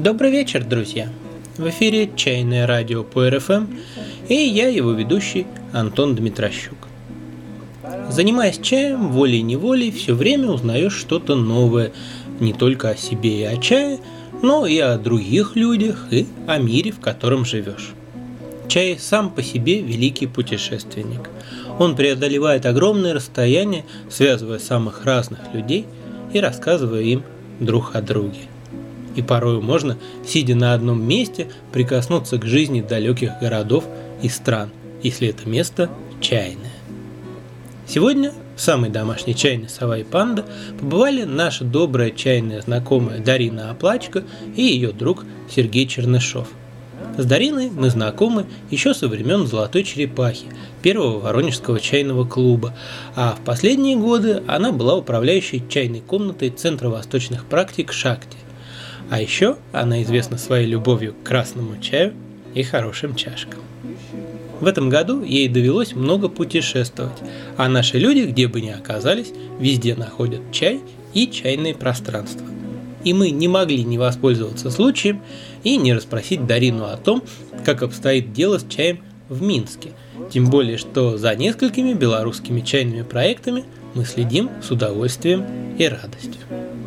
Добрый вечер, друзья! В эфире «Чайное радио» по РФМ, и я, его ведущий, Антон Дмитрощук. Занимаясь чаем, волей-неволей все время узнаешь что-то новое не только о себе и о чае, но и о других людях и о мире, в котором живешь. Чай сам по себе великий путешественник. Он преодолевает огромные расстояния, связывая самых разных людей и рассказывая им друг о друге. И порою можно, сидя на одном месте, прикоснуться к жизни далеких городов и стран, если это место чайное. Сегодня в самой домашней чайной «Сова и панда» побывали наша добрая чайная знакомая Дарина Оплачко и ее друг Сергей Чернышов. С Дариной мы знакомы еще со времен «Золотой черепахи», первого воронежского чайного клуба, а в последние годы она была управляющей чайной комнатой Центра восточных практик «Шакти». А еще она известна своей любовью к красному чаю и хорошим чашкам. В этом году ей довелось много путешествовать, а наши люди, где бы ни оказались, везде находят чай и чайные пространства. И мы не могли не воспользоваться случаем и не расспросить Дарину о том, как обстоит дело с чаем в Минске. Тем более, что за несколькими белорусскими чайными проектами мы следим с удовольствием и радостью.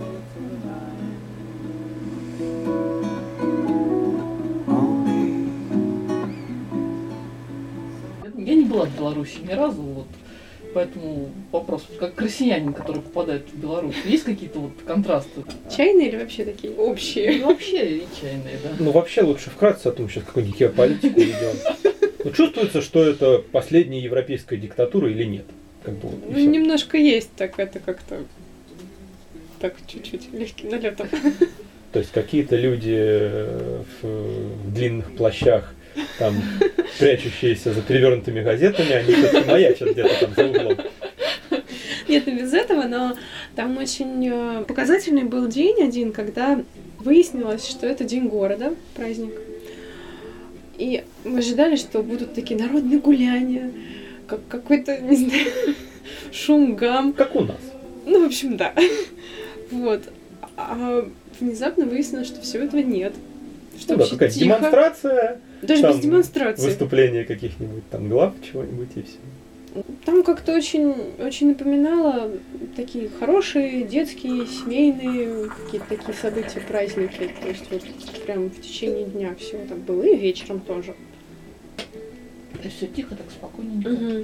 Я не была в Беларуси ни разу, поэтому вопрос, как россиянин, который попадает в Беларусь, есть какие-то контрасты? Чайные или вообще такие общие? Ну, вообще и чайные, да. Ну, вообще лучше вкратце, а то мы сейчас какую-нибудь геополитику ведем. Ну, чувствуется, что это последняя европейская диктатура или нет? Немножко есть так, это как-то так чуть-чуть легким налетом. То есть какие-то люди в длинных плащах, там, прячущиеся за перевернутыми газетами, они все-таки маячат где-то там за углом. Нет, не без этого, но там очень показательный был день один, когда выяснилось, что это день города, праздник. И мы ожидали, что будут такие народные гуляния, какой-то, не знаю, шум, гам. Как у нас. Ну, в общем, да. Вот. А внезапно выяснилось, что всего этого нет. Что да, какая-то тихо. Демонстрация. Даже без демонстрации. Выступления каких-нибудь там глав, чего-нибудь и все. Там как-то очень, очень напоминало такие хорошие, детские, семейные какие-то такие события, праздники. То есть прям в течение дня все так было, и вечером тоже. То есть все тихо, так спокойненько. Угу.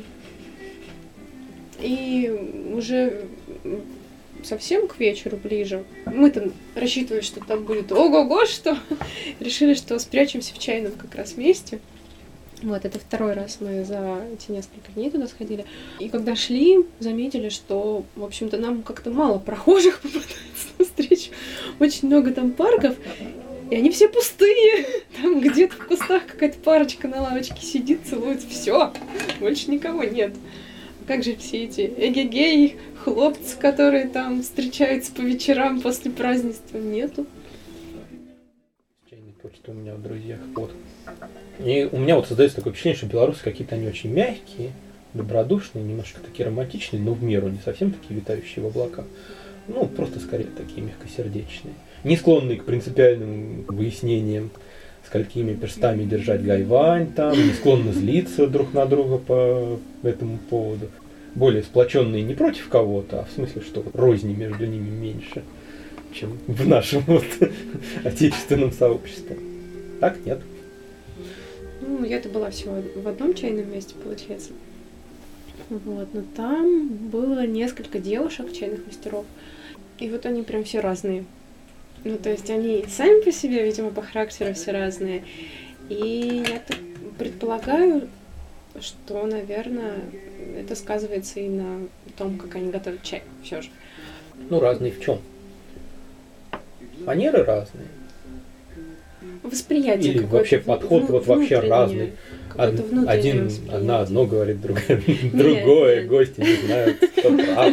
И уже совсем к вечеру ближе. Мы там рассчитывали, что там будет ого-го, что решили, что спрячемся в чайном как раз месте. Вот, это второй раз мы за эти несколько дней туда сходили. И когда шли, заметили, что, в общем-то, нам как-то мало прохожих попадается навстречу. Очень много там парков, и они все пустые. Там где-то в кустах какая-то парочка на лавочке сидит, целуется. Все, больше никого нет. Как же все эти эгегей, хлопцы, которые там встречаются по вечерам после празднества, нету. Чайная почта у меня в друзьях. Вот. И у меня создается такое впечатление, что белорусы какие-то они очень мягкие, добродушные, немножко такие романтичные, но в меру не совсем такие витающие в облаках. Ну, просто скорее такие мягкосердечные. Не склонные к принципиальным выяснениям, сколькими перстами держать гайвань там, не склонны злиться друг на друга по этому поводу. Более сплоченные не против кого-то, а в смысле, что розни между ними меньше, чем в нашем отечественном сообществе. Так нет. Ну, я-то была всего в одном чайном месте, получается. Вот, но там было несколько девушек, чайных мастеров. И вот они прям все разные. Ну, то есть они сами по себе, видимо, по характеру все разные. И я так предполагаю, что, наверное, это сказывается и на том, как они готовят чай, все же. Ну, разные в чем? Манеры разные. Восприятие или вообще подход вообще разный. Одна одно говорит, другое, гости не знают, кто прав.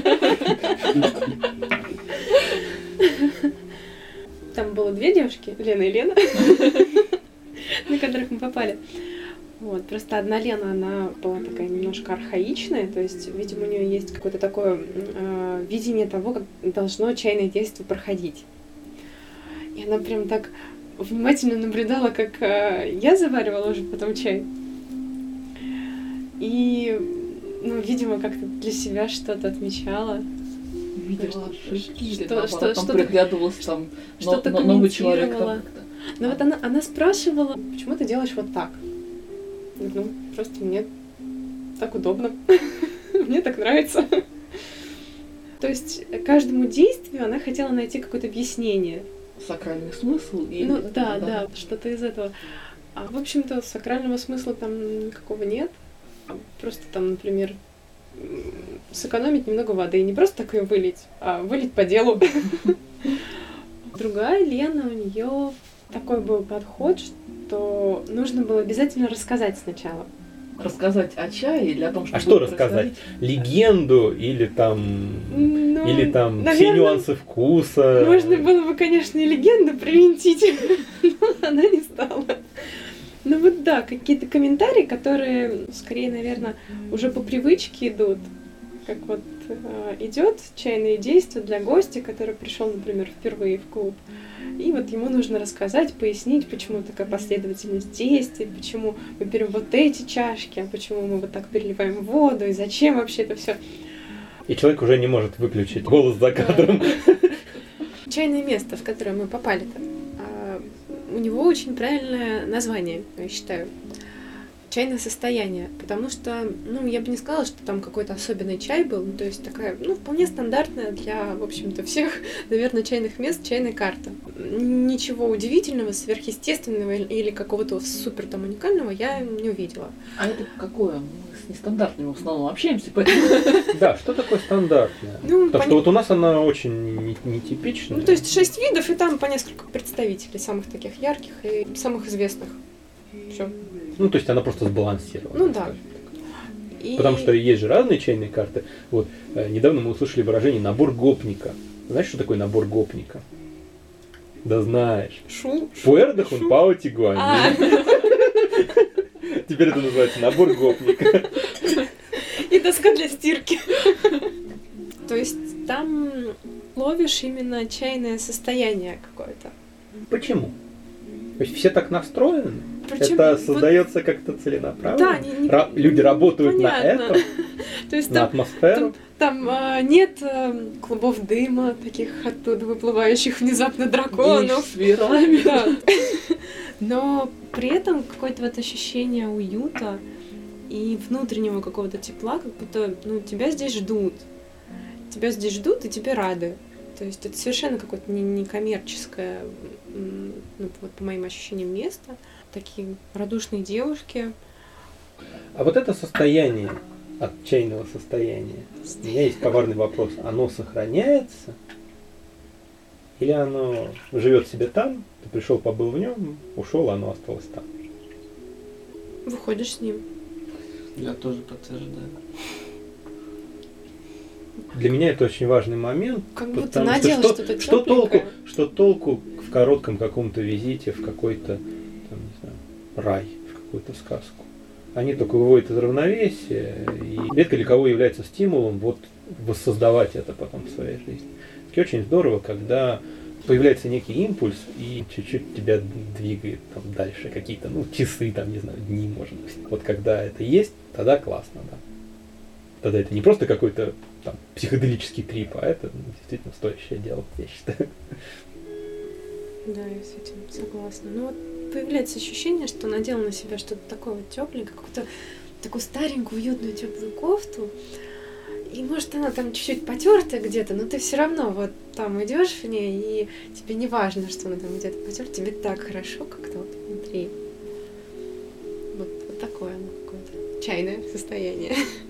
Там было две девушки, Лена и Лена, на которых мы попали. Вот, просто одна Лена, она была такая немножко архаичная, то есть, видимо, у нее есть какое-то такое видение того, как должно чайное действо проходить. И она прям так внимательно наблюдала, как я заваривала уже потом чай. И, видимо, как-то для себя что-то отмечала. Видела ошибки, или что- наоборот, что- там что-то- приглядывалось, там что-то новый человек. комментировала. Но вот она спрашивала, почему ты делаешь вот так? Просто мне так удобно. Мне так нравится. То есть каждому действию она хотела найти какое-то объяснение. Сакральный смысл. И Да, что-то из этого. А, в общем-то, сакрального смысла там никакого нет. Просто там, например, сэкономить немного воды. Не просто так ее вылить, а вылить по делу. Другая Лена, у нее такой был подход, что нужно было обязательно рассказать сначала. Рассказать о чае или о том, что А что будет рассказать? происходить? Легенду или там все наверное, нюансы вкуса? Можно было бы, конечно, и легенду привинтить, но она не стала. Ну вот да, какие-то комментарии, которые скорее, наверное, уже по привычке идут. Как вот идет чайное действие для гостя, который пришел, например, впервые в клуб. И вот ему нужно рассказать, пояснить, почему такая последовательность действий, почему мы берем вот эти чашки, а почему мы вот так переливаем воду, и зачем вообще это все. И человек уже не может выключить голос за кадром. Чайное место, в которое мы попали-то, у него очень правильное название, я считаю. Чайное состояние, потому что, я бы не сказала, что там какой-то особенный чай был, то есть такая, вполне стандартная для, в общем-то, всех, наверное, чайных мест чайная карта. Ничего удивительного, сверхъестественного или какого-то супер там уникального я не увидела. А это какое? Мы с нестандартными в основном общаемся, поэтому... Да, что такое стандартное? Потому что вот у нас она очень нетипичная. То есть 6 видов, и там по несколько представителей, самых таких ярких и самых известных. Все. То есть она просто сбалансирована. Да. Потому что есть же разные чайные карты. Вот недавно мы услышали выражение «набор гопника». Знаешь, что такое набор гопника? Да знаешь. Пуэрдо хун пао тигуань. Теперь это называется набор гопника. И доска для стирки. То есть там ловишь именно чайное состояние какое-то. Почему? То есть все так настроены? Почему? Это создается как-то целенаправленно? Да, люди работают понятно. на это? То есть на атмосферу? Там нет клубов дыма, таких оттуда выплывающих внезапно драконов. С веерами. Да. Но при этом какое-то вот ощущение уюта и внутреннего какого-то тепла, как будто тебя здесь ждут. Тебя здесь ждут и тебе рады. То есть это совершенно какое-то некоммерческое, вот по моим ощущениям, место. Такие радушные девушки. А вот это состояние, от чайного состояния, у меня есть коварный вопрос. Оно сохраняется? Или оно живет себе там, ты пришел, побыл в нем, ушел, оно осталось там? Выходишь с ним. Я тоже подтверждаю. Для меня это очень важный момент. Как будто потому надела что-то тёпленькое. Что толку в коротком каком-то визите в какой-то, там, не знаю, рай, в какую-то сказку. Они только выводят из равновесия, и редко для кого является стимулом вот воссоздавать это потом в своей жизни. И очень здорово, когда появляется некий импульс и чуть-чуть тебя двигает там дальше, какие-то, часы, там, не знаю, дни, может быть. Вот когда это есть, тогда классно, да. Тогда это не просто какой-то там психоделический трип, а это действительно стоящее дело, я считаю. Да, я с этим согласна. Вот появляется ощущение, что надела на себя что-то такое вот тепленькое, какую-то такую старенькую, уютную, теплую кофту. И может она там чуть-чуть потертая где-то, но ты все равно вот там идешь в ней, и тебе не важно, что она там где-то потерта, тебе так хорошо как-то вот внутри. Вот такое оно какое-то чайное состояние.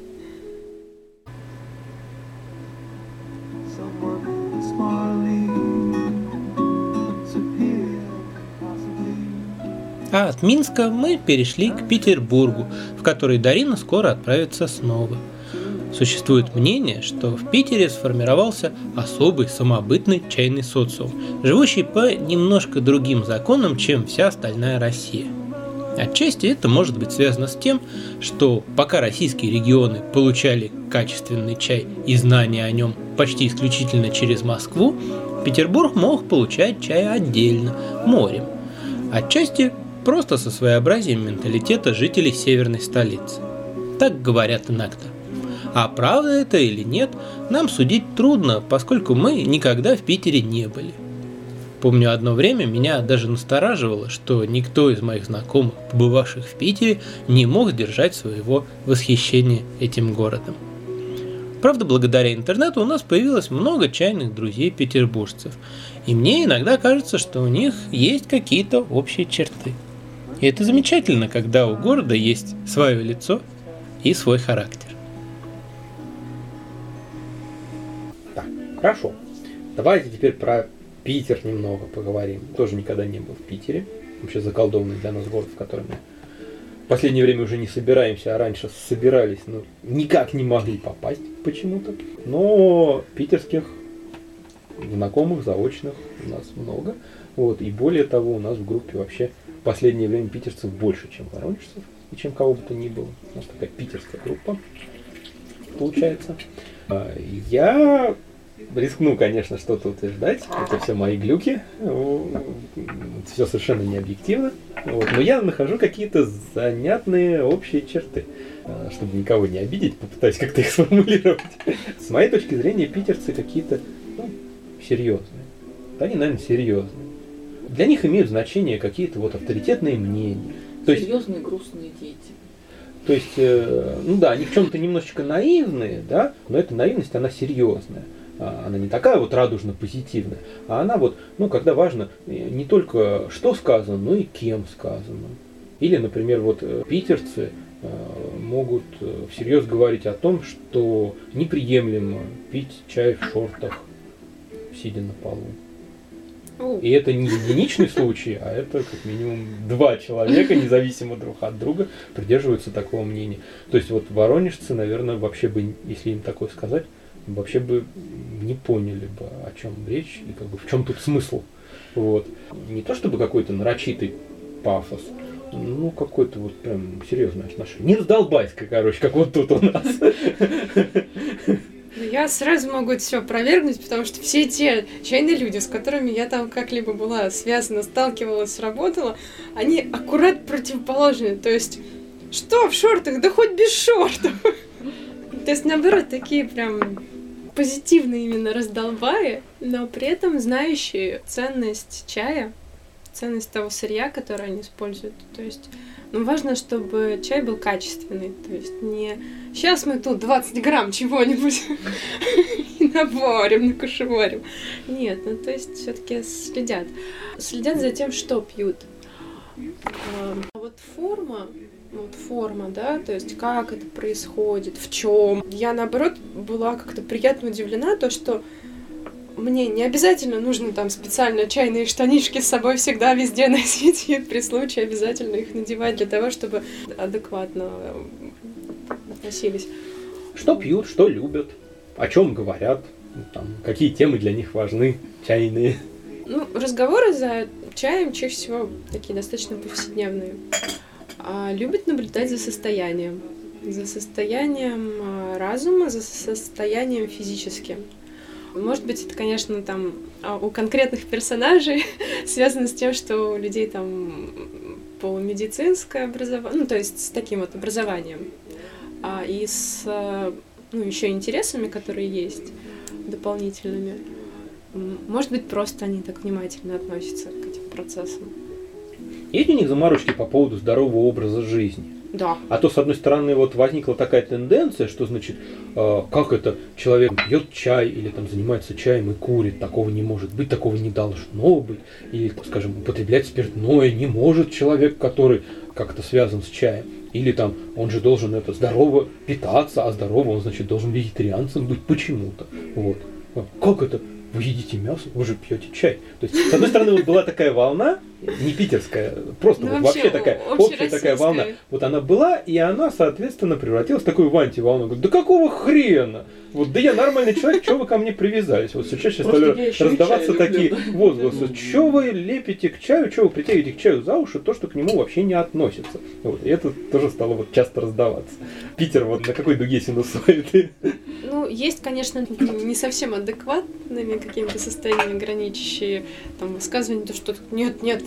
А от Минска мы перешли к Петербургу, в который Дарина скоро отправится снова. Существует мнение, что в Питере сформировался особый самобытный чайный социум, живущий по немножко другим законам, чем вся остальная Россия. Отчасти это может быть связано с тем, что пока российские регионы получали качественный чай и знания о нем почти исключительно через Москву, Петербург мог получать чай отдельно, морем. Отчасти просто со своеобразием менталитета жителей северной столицы. Так говорят иногда. А правда это или нет, нам судить трудно, поскольку мы никогда в Питере не были. Помню, одно время меня даже настораживало, что никто из моих знакомых, побывавших в Питере, не мог сдержать своего восхищения этим городом. Правда, благодаря интернету у нас появилось много чайных друзей-петербуржцев, и мне иногда кажется, что у них есть какие-то общие черты. И это замечательно, когда у города есть свое лицо и свой характер. Так, хорошо. Давайте теперь про Питер немного поговорим. Тоже никогда не был в Питере. Вообще заколдованный для нас город, в который мы в последнее время уже не собираемся, а раньше собирались, но никак не могли попасть почему-то. Но питерских знакомых, заочных у нас много. Вот. И более того, у нас в группе вообще в последнее время питерцев больше, чем воронежцев, и чем кого бы то ни было. У нас такая питерская группа получается. Я рискну, конечно, что-то утверждать. Это все мои глюки. Все совершенно не объективно. Вот. Но я нахожу какие-то занятные общие черты. Чтобы никого не обидеть, попытаюсь как-то их сформулировать. С моей точки зрения, питерцы какие-то серьезные. Они, наверное, серьезные. Для них имеют значение какие-то вот авторитетные мнения. Серьезные, грустные дети. То есть, они в чем-то немножечко наивные, да, но эта наивность, она серьезная. Она не такая вот радужно-позитивная, а она вот, когда важно не только что сказано, но и кем сказано. Или, например, вот питерцы могут всерьез говорить о том, что неприемлемо пить чай в шортах, сидя на полу. И это не единичный случай, а это как минимум 2 человека, независимо друг от друга, придерживаются такого мнения. То есть вот воронежцы, наверное, вообще бы, если им такое сказать, вообще бы не поняли бы, о чем речь и как бы в чем тут смысл. Вот. Не то чтобы какой-то нарочитый пафос, какой-то вот прям серьезное отношение. Не раздолбайска, как вот тут у нас. Я сразу могу это все опровергнуть, потому что все те чайные люди, с которыми я там как-либо была связана, сталкивалась, работала, они аккурат противоположные. То есть, что в шортах? Да хоть без шортов! То есть, наоборот, такие прям позитивные именно раздолбаи, но при этом знающие ценность чая, ценность того сырья, которое они используют. То есть, важно, чтобы чай был качественный. То есть, не сейчас мы тут 20 грамм чего-нибудь и наборем, накушеварим. Нет, то есть, все-таки следят. Следят за тем, что пьют. А вот форма, да, то есть как это происходит, в чем. Я, наоборот, была как-то приятно удивлена, то, что мне не обязательно нужно там специально чайные штанишки с собой всегда везде носить, и при случае обязательно их надевать для того, чтобы адекватно относились. Что пьют, что любят, о чем говорят, какие темы для них важны, чайные. Разговоры за чаем чаще всего такие достаточно повседневные. Любят наблюдать за состоянием разума, за состоянием физическим. Может быть, это, конечно, у конкретных персонажей связано с тем, что у людей полумедицинское образование, то есть с таким вот образованием, и с еще интересами, которые есть, дополнительными. Может быть, просто они так внимательно относятся к этим процессам. Есть у них заморочки по поводу здорового образа жизни? Да. А то, с одной стороны, вот возникла такая тенденция, что, значит, как это человек пьет чай или занимается чаем и курит, такого не может быть, такого не должно быть, или, скажем, употреблять спиртное не может человек, который как-то связан с чаем, или он же должен здорово питаться, а здорово он, значит, должен вегетарианцем быть почему-то. Вот. Как это? Вы едите мясо, вы же пьете чай. То есть, с одной стороны, вот была такая волна, не питерская, просто вообще такая общая такая волна. Вот она была, и она, соответственно, превратилась в такую антиволну. Говорит, да какого хрена? Да я нормальный человек, чего вы ко мне привязались? Вот все чаще стали раздаваться такие возгласы. Чего вы лепите к чаю, чего вы притягиваете к чаю за уши, то, что к нему вообще не относится. И это тоже стало часто раздаваться. Питер на какой дуге синусоиды? Есть, конечно, не совсем адекватными какими-то состояниями, граничащие высказывания, то, что нет,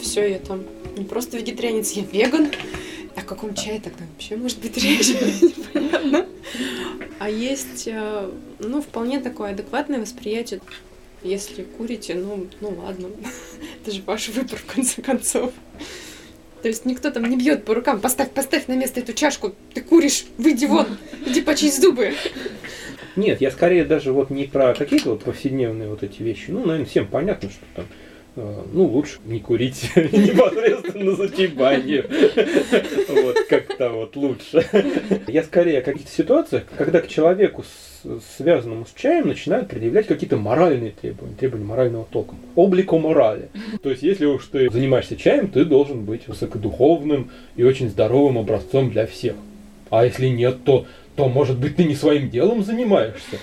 все, я там не просто вегетарианец, я веган. О каком чае тогда вообще может быть речь? Непонятно. А есть, ну, вполне такое адекватное восприятие. Если курите, ну ладно, это же ваш выбор, в конце концов. То есть никто там не бьет по рукам, поставь на место эту чашку, ты куришь, выйди вон, иди почисть зубы. Нет, я скорее даже вот не про какие-то вот повседневные вот эти вещи. Ну, наверное, всем понятно, что там, ну, лучше не курить непосредственно за чайбанью. Вот, как-то вот лучше. Я скорее о каких-то ситуациях, когда к человеку, связанному с чаем, начинают предъявлять какие-то моральные требования морального толка. Облико морали. То есть, если уж ты занимаешься чаем, ты должен быть высокодуховным и очень здоровым образцом для всех. А если нет, то может быть, ты не своим делом занимаешься.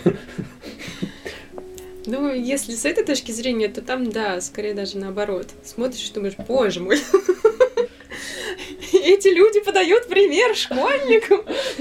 Ну, если с этой точки зрения, то там, да, скорее даже наоборот. Смотришь и думаешь, боже мой, эти люди подают пример школьникам.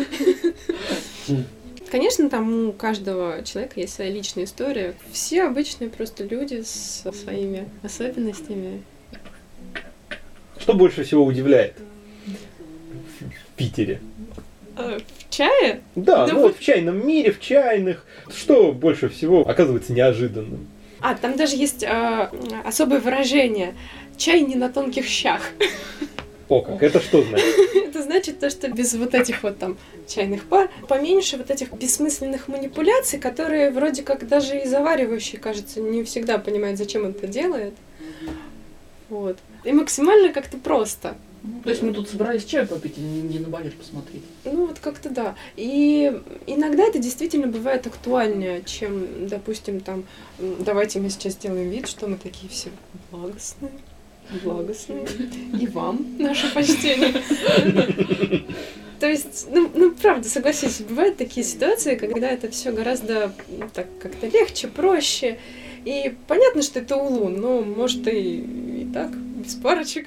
Конечно, там у каждого человека есть своя личная история. Все обычные просто люди со своими особенностями. Что больше всего удивляет в Питере? В чае? Да, ну вот в чайном мире, в чайных. Что больше всего оказывается неожиданным? Там даже есть особое выражение. Чай не на тонких щах. О, как это что значит? Это значит то, что без вот этих вот там чайных пар поменьше вот этих бессмысленных манипуляций, которые вроде как даже и заваривающий, кажется, не всегда понимает, зачем он это делает. Вот. И максимально как-то просто. То есть мы тут собрались чай попить, а не на балет посмотреть. Ну вот как-то да. И иногда это действительно бывает актуальнее, чем, допустим, там, давайте мы сейчас сделаем вид, что мы такие все благостные, и вам наше почтение. То есть, ну правда, согласись, бывают такие ситуации, когда это все гораздо так как-то легче, проще. И понятно, что это улун, но может и так, без парочек.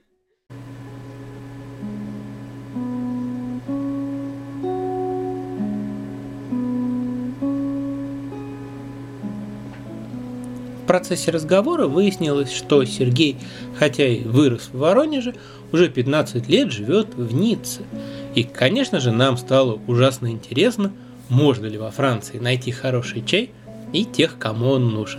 В процессе разговора выяснилось, что Сергей, хотя и вырос в Воронеже, уже 15 лет живет в Ницце. И, конечно же, нам стало ужасно интересно, можно ли во Франции найти хороший чай и тех, кому он нужен.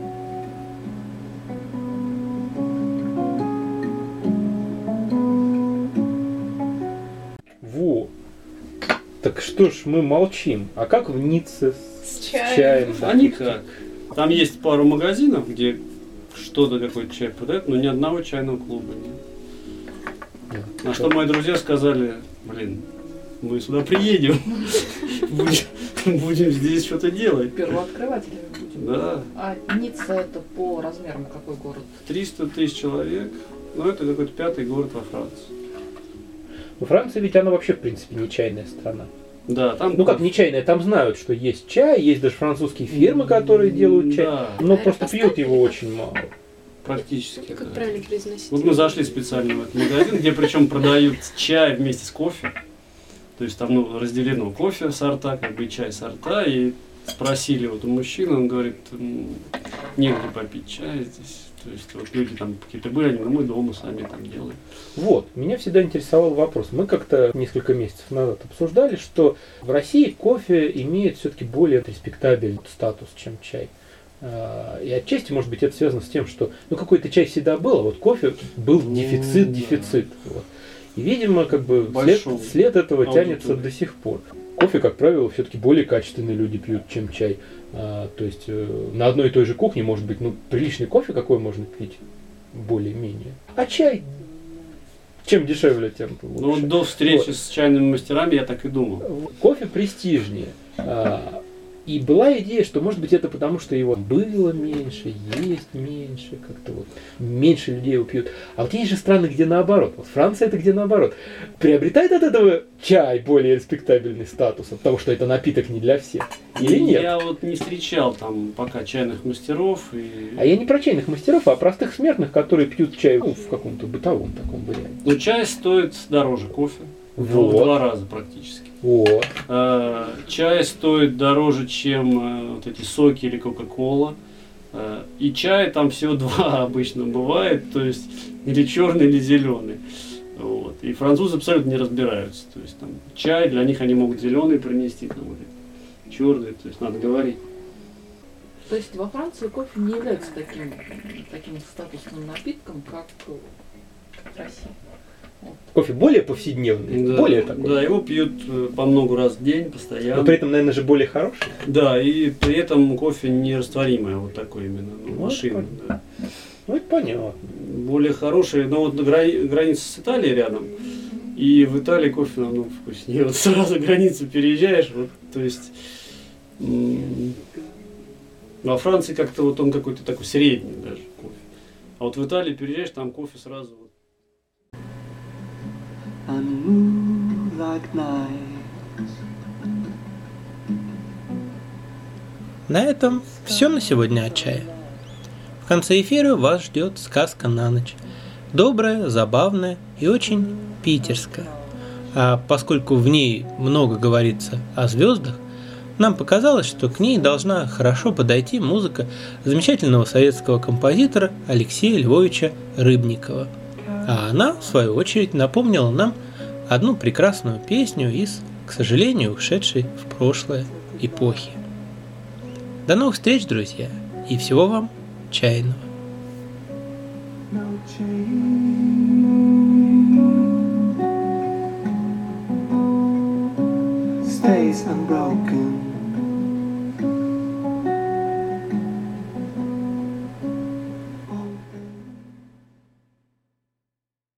Во. Так что ж мы молчим? А как в Ницце с чаем? А никак. Там есть пару магазинов, где что-то, какой-то чай продают, но ни одного чайного клуба нет. На что мои друзья сказали, мы сюда приедем, будем здесь что-то делать. Первооткрывателями будем. Да. А Ницца это по размерам какой город? 300 тысяч человек, но это какой-то 5-й город во Франции. Во Франции ведь она вообще, в принципе, не чайная страна. Да, там... Ну как не чайная, там знают, что есть чай, есть даже французские фирмы, которые делают чай, да. но просто пьют его очень мало. Практически. Как Да. правильно произносить? Вот мы зашли специально в этот магазин, где причем продают чай вместе с кофе. То есть там разделено кофе сорта, как бы чай сорта, и спросили вот у мужчины, он говорит, негде попить чай здесь. То есть вот люди там какие-то были, мы дома сами там делаем. Вот, меня всегда интересовал вопрос. Мы как-то несколько месяцев назад обсуждали, что в России кофе имеет все-таки более респектабельный статус, чем чай. И отчасти, может быть, это связано с тем, что какой-то чай всегда был, а вот кофе был дефицит. Вот. И, видимо, как бы след этого тянется до сих пор. Кофе, как правило, все-таки более качественные люди пьют, чем чай. То есть на одной и той же кухне может быть приличный кофе, какой можно пить, более-менее. А чай, чем дешевле, тем лучше. Ну вот до встречи с чайными мастерами я так и думал. Кофе престижнее. И была идея, что может быть это потому, что его было меньше, есть меньше, как-то вот меньше людей его пьют. А вот есть же страны, где наоборот. Вот Франция это где наоборот. Приобретает от этого чай более респектабельный статус, от того, что это напиток не для всех. Или нет? Я вот не встречал там пока чайных мастеров. А я не про чайных мастеров, а простых смертных, которые пьют чай в каком-то бытовом таком варианте. Но чай стоит дороже кофе. Вот. В 2 раза практически. Вот. Чай стоит дороже, чем вот эти соки или кока-кола. И чай там всего два обычно бывает, то есть или черный, или зеленый. Вот. И французы абсолютно не разбираются. То есть там чай, для них они могут зеленый принести, там, или черный, то есть надо говорить. То есть во Франции кофе не является таким статусным напитком, как в России. Вот. Кофе более повседневный, Да, более такой. да, его пьют по много раз в день, постоянно. Но при этом, наверное, же более хороший. Да, и при этом кофе нерастворимый, вот такой именно, Вот машина. Да. Ну, это понятно. Более хороший, но вот граница с Италией рядом, и в Италии кофе намного вкуснее. Вот сразу границу переезжаешь, вот, то есть во Франции как-то вот он какой-то такой средний даже кофе. А вот в Италии переезжаешь, там кофе сразу вот. На этом все на сегодня о чае. В конце эфира вас ждет сказка на ночь. Добрая, забавная и очень питерская. А поскольку в ней много говорится о звездах, нам показалось, что к ней должна хорошо подойти музыка замечательного советского композитора Алексея Львовича Рыбникова. А она, в свою очередь, напомнила нам одну прекрасную песню из, к сожалению, ушедшей в прошлое эпохи. До новых встреч, друзья, и всего вам чайного. Stays unbroken.